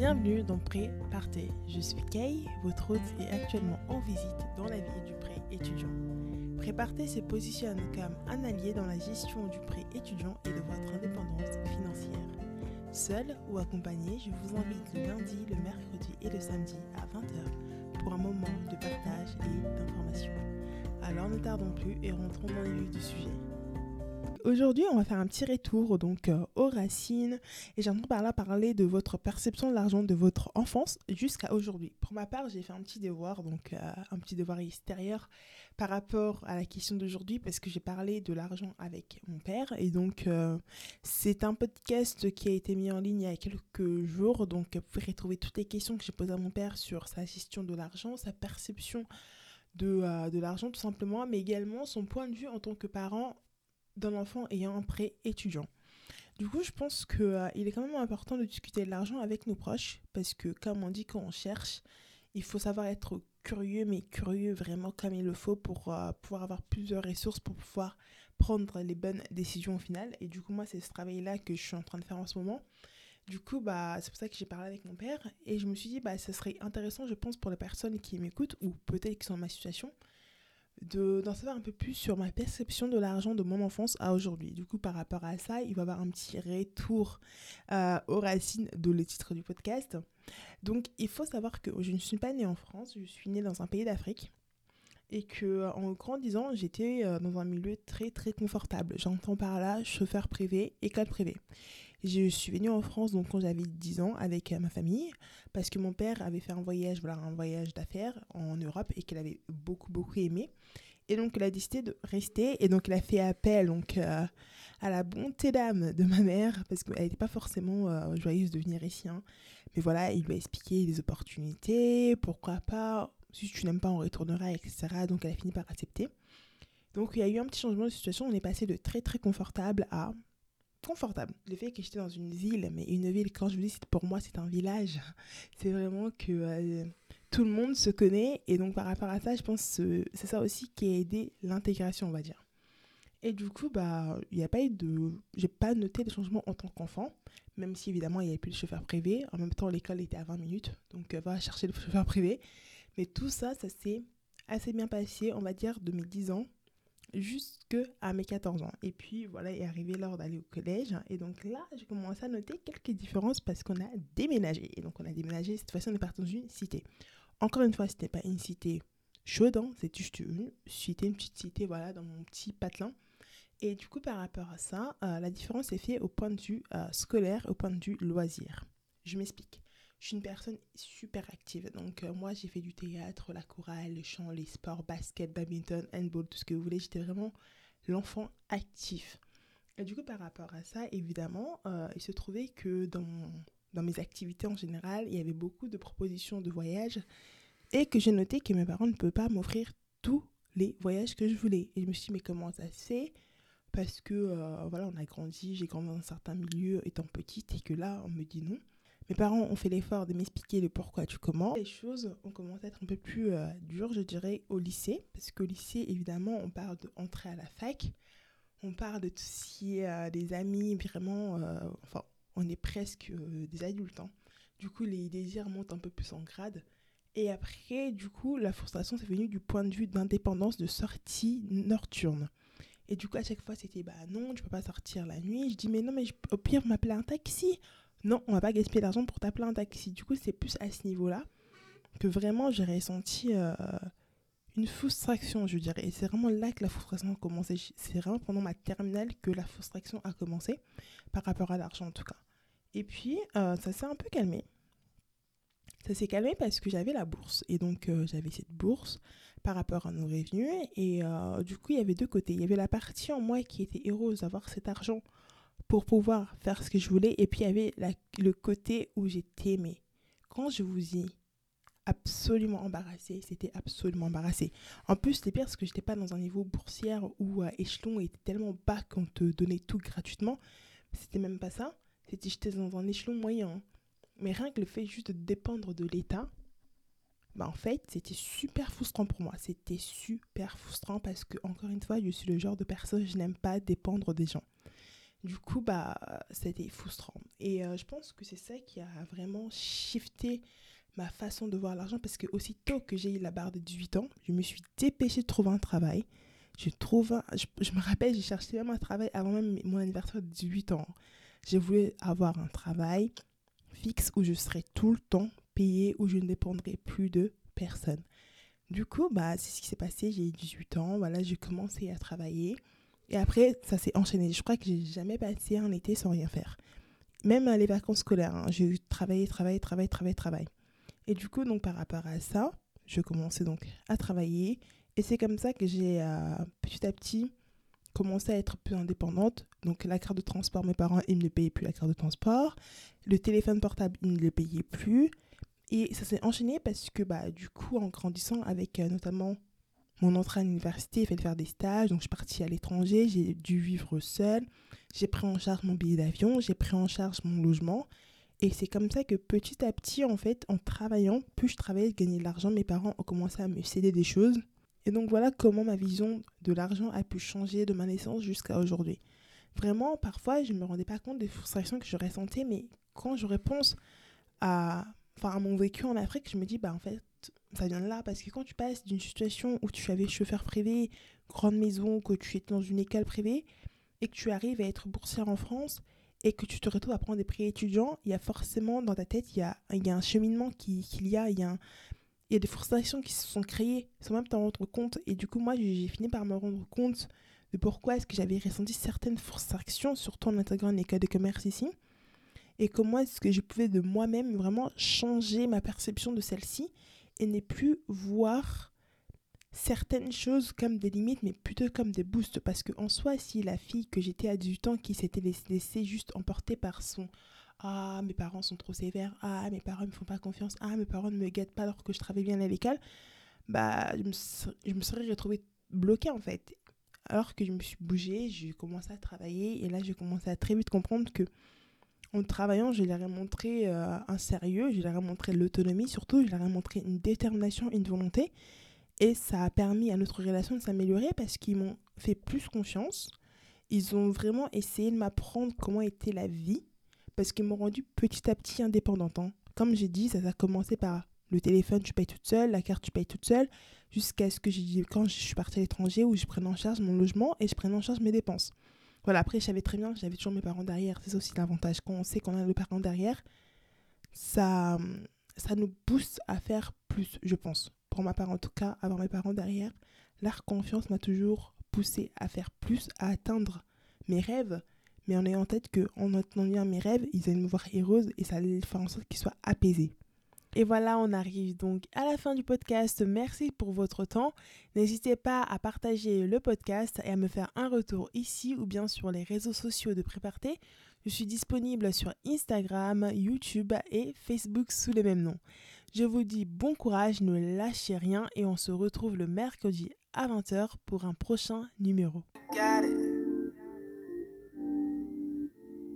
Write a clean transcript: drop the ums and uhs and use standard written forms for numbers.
Bienvenue dans Pré Partez. Je suis Kay, votre hôte et actuellement en visite dans la vie du prêt étudiant. Pré Partez se positionne comme un allié dans la gestion du prêt étudiant et de votre indépendance financière. Seul ou accompagné, je vous invite le lundi, le mercredi et le samedi à 20h pour un moment de partage et d'information. Alors ne tardons plus et rentrons dans le vif du sujet. Aujourd'hui, on va faire un petit retour aux racines et j'aimerais par là parler de votre perception de l'argent de votre enfance jusqu'à aujourd'hui. Pour ma part, j'ai fait un petit devoir, un petit devoir extérieur par rapport à la question d'aujourd'hui parce que j'ai parlé de l'argent avec mon père et c'est un podcast qui a été mis en ligne il y a quelques jours. Donc vous pouvez retrouver toutes les questions que j'ai posées à mon père sur sa gestion de l'argent, sa perception de l'argent tout simplement, mais également son point de vue en tant que parent d'un enfant ayant un prêt étudiant. Du coup, je pense qu'il est quand même important de discuter de l'argent avec nos proches parce que, comme on dit quand on cherche, il faut savoir être curieux, mais curieux vraiment comme il le faut pour pouvoir avoir plusieurs ressources pour pouvoir prendre les bonnes décisions au final. Et du coup, moi, c'est ce travail-là que je suis en train de faire en ce moment. Du coup, c'est pour ça que j'ai parlé avec mon père et je me suis dit, ça serait intéressant, je pense, pour les personnes qui m'écoutent ou peut-être qui sont dans ma situation, d'en savoir un peu plus sur ma perception de l'argent de mon enfance à aujourd'hui. Du coup, par rapport à ça, il va y avoir un petit retour aux racines de le titre du podcast. Donc, il faut savoir que je ne suis pas née en France, je suis née dans un pays d'Afrique et que en grandissant, j'étais dans un milieu très très confortable. J'entends par là chauffeur privé, école privée. Je suis venue en France quand j'avais 10 ans avec ma famille parce que mon père avait fait un voyage d'affaires en Europe et qu'il avait beaucoup beaucoup aimé. Et donc il a décidé de rester et donc il a fait appel à la bonté d'âme de ma mère parce qu'elle n'était pas forcément joyeuse de venir ici. Mais voilà, il lui a expliqué les opportunités, pourquoi pas, si tu n'aimes pas on retournera, etc. Donc elle a fini par accepter. Donc il y a eu un petit changement de situation, on est passé de très très confortable à confortable. Le fait que j'étais dans une ville, mais une ville, quand je vous dis, pour moi, c'est un village. C'est vraiment que tout le monde se connaît. Et donc, par rapport à ça, je pense que c'est ça aussi qui a aidé l'intégration, on va dire. Et du coup, il n'y a pas eu de... J'ai pas noté de changement en tant qu'enfant, même si, évidemment, il n'y avait plus de chauffeur privé. En même temps, l'école était à 20 minutes, donc va chercher le chauffeur privé. Mais tout ça, ça s'est assez bien passé, on va dire, de mes 10 ans jusqu'à mes 14 ans. Et puis voilà, est arrivé l'heure d'aller au collège. Et donc là, j'ai commencé à noter quelques différences parce qu'on a déménagé. Et donc on a déménagé, cette fois-ci on est parti dans une cité. Encore une fois, ce n'était pas une cité chaude, c'était juste une cité, une petite cité, voilà, dans mon petit patelin. Et du coup, par rapport à ça, la différence est faite au point de vue scolaire, au point de vue loisir. Je m'explique. Je suis une personne super active. Donc, moi, j'ai fait du théâtre, la chorale, le chant, les sports, basket, badminton, handball, tout ce que vous voulez. J'étais vraiment l'enfant actif. Et du coup, par rapport à ça, évidemment, il se trouvait que dans mes activités en général, il y avait beaucoup de propositions de voyages et que j'ai noté que mes parents ne pouvaient pas m'offrir tous les voyages que je voulais. Et je me suis dit, mais comment ça se fait ? Parce que, voilà, j'ai grandi dans un certain milieu étant petite et que là, on me dit non. Mes parents ont fait l'effort de m'expliquer le pourquoi du comment. Les choses ont commencé à être un peu plus dures, je dirais, au lycée. Parce qu'au lycée, évidemment, on parle d'entrer à la fac. On parle de tout ce qui est des amis, vraiment... on est presque des adultes. Du coup, les désirs montent un peu plus en grade. Et après, du coup, la frustration, c'est venu du point de vue d'indépendance, de sortie nocturne. Et du coup, à chaque fois, c'était non, tu peux pas sortir la nuit. Je dis mais non, mais au pire, m'appeler un taxi. Non, on va pas gaspiller l'argent pour t'appeler un taxi. Du coup, c'est plus à ce niveau-là que vraiment j'ai ressenti une frustration, je dirais. Et c'est vraiment là que la frustration a commencé. C'est vraiment pendant ma terminale que la frustration a commencé, par rapport à l'argent en tout cas. Et puis, ça s'est un peu calmé. Ça s'est calmé parce que j'avais la bourse. Et donc, j'avais cette bourse par rapport à nos revenus. Et du coup, il y avait deux côtés. Il y avait la partie en moi qui était heureuse d'avoir cet argent pour pouvoir faire ce que je voulais. Et puis, il y avait le côté où j'étais, mais quand je vous dis absolument embarrassée, c'était absolument embarrassé. En plus, c'était pire parce que j'étais pas dans un niveau boursière où échelon était tellement bas qu'on te donnait tout gratuitement. C'était même pas ça. J'étais dans un échelon moyen. Mais rien que le fait juste de dépendre de l'État, en fait, c'était super frustrant pour moi. C'était super frustrant parce que, encore une fois, je suis le genre de personne, je n'aime pas dépendre des gens. Du coup, c'était frustrant. Et je pense que c'est ça qui a vraiment shifté ma façon de voir l'argent parce que aussitôt que j'ai eu la barre de 18 ans, je me suis dépêchée de trouver un travail. Je me rappelle, j'ai cherché même un travail avant même mon anniversaire de 18 ans. J'ai voulu avoir un travail fixe où je serais tout le temps payée, où je ne dépendrais plus de personne. Du coup, c'est ce qui s'est passé. J'ai eu 18 ans, voilà, j'ai commencé à travailler. Et après, ça s'est enchaîné. Je crois que j'ai jamais passé un été sans rien faire. Même les vacances scolaires, hein, j'ai eu travailler. Et du coup, donc par rapport à ça, je commençais donc à travailler. Et c'est comme ça que j'ai petit à petit commencé à être plus indépendante. Donc la carte de transport, mes parents, ils ne me payaient plus la carte de transport. Le téléphone portable, ils ne le payaient plus. Et ça s'est enchaîné parce que du coup, en grandissant avec notamment mon entrée à l'université, il fallait faire des stages. Donc je suis partie à l'étranger, j'ai dû vivre seule. J'ai pris en charge mon billet d'avion, j'ai pris en charge mon logement. Et c'est comme ça que petit à petit, en fait, en travaillant, plus je travaillais, je gagnais de l'argent, mes parents ont commencé à me céder des choses. Et donc voilà comment ma vision de l'argent a pu changer de ma naissance jusqu'à aujourd'hui. Vraiment, parfois, je ne me rendais pas compte des frustrations que je ressentais, mais quand je repense à mon vécu en Afrique, je me dis, en fait, ça vient de là. Parce que quand tu passes d'une situation où tu avais chauffeur privé, grande maison, que tu étais dans une école privée, et que tu arrives à être boursière en France, et que tu te retrouves à prendre des prix étudiants, il y a forcément dans ta tête, il y a un cheminement il y a des frustrations qui se sont créées sans même t'en rendre compte. Et du coup, moi, j'ai fini par me rendre compte de pourquoi est-ce que j'avais ressenti certaines frustrations, surtout en intégrant une école de commerce ici. Et comment est-ce que je pouvais de moi-même vraiment changer ma perception de celle-ci et ne plus voir certaines choses comme des limites, mais plutôt comme des boosts. Parce qu'en soi, si la fille que j'étais à 18 ans qui s'était laissée juste emporter par son « Ah, mes parents sont trop sévères. Ah, mes parents ne me font pas confiance. Ah, mes parents ne me guettent pas alors que je travaille bien à l'école. » je me serais retrouvée bloquée en fait. Alors que je me suis bougée, j'ai commencé à travailler et là, j'ai commencé à très vite comprendre que en travaillant, je leur ai montré un sérieux, je leur ai montré l'autonomie surtout, je leur ai montré une détermination, une volonté. Et ça a permis à notre relation de s'améliorer parce qu'ils m'ont fait plus confiance. Ils ont vraiment essayé de m'apprendre comment était la vie parce qu'ils m'ont rendue petit à petit indépendante. Comme j'ai dit, ça a commencé par le téléphone, tu payes toute seule, la carte, tu payes toute seule, jusqu'à ce que j'ai dit quand je suis partie à l'étranger où je prenne en charge mon logement et je prenne en charge mes dépenses. Voilà, après, je savais très bien que j'avais toujours mes parents derrière. C'est ça aussi l'avantage. Quand on sait qu'on a le parent derrière, ça nous pousse à faire plus, je pense. Pour ma part, en tout cas, avoir mes parents derrière, leur confiance m'a toujours poussé à faire plus, à atteindre mes rêves, mais en ayant en tête qu'en atteignant mes rêves, ils allaient me voir heureuse et ça allait faire en sorte qu'ils soient apaisés. Et voilà, on arrive donc à la fin du podcast. Merci pour votre temps. N'hésitez pas à partager le podcast et à me faire un retour ici ou bien sur les réseaux sociaux de Préparté. Je suis disponible sur Instagram, YouTube et Facebook sous le même nom. Je vous dis bon courage, ne lâchez rien et on se retrouve le mercredi à 20h pour un prochain numéro. Got it.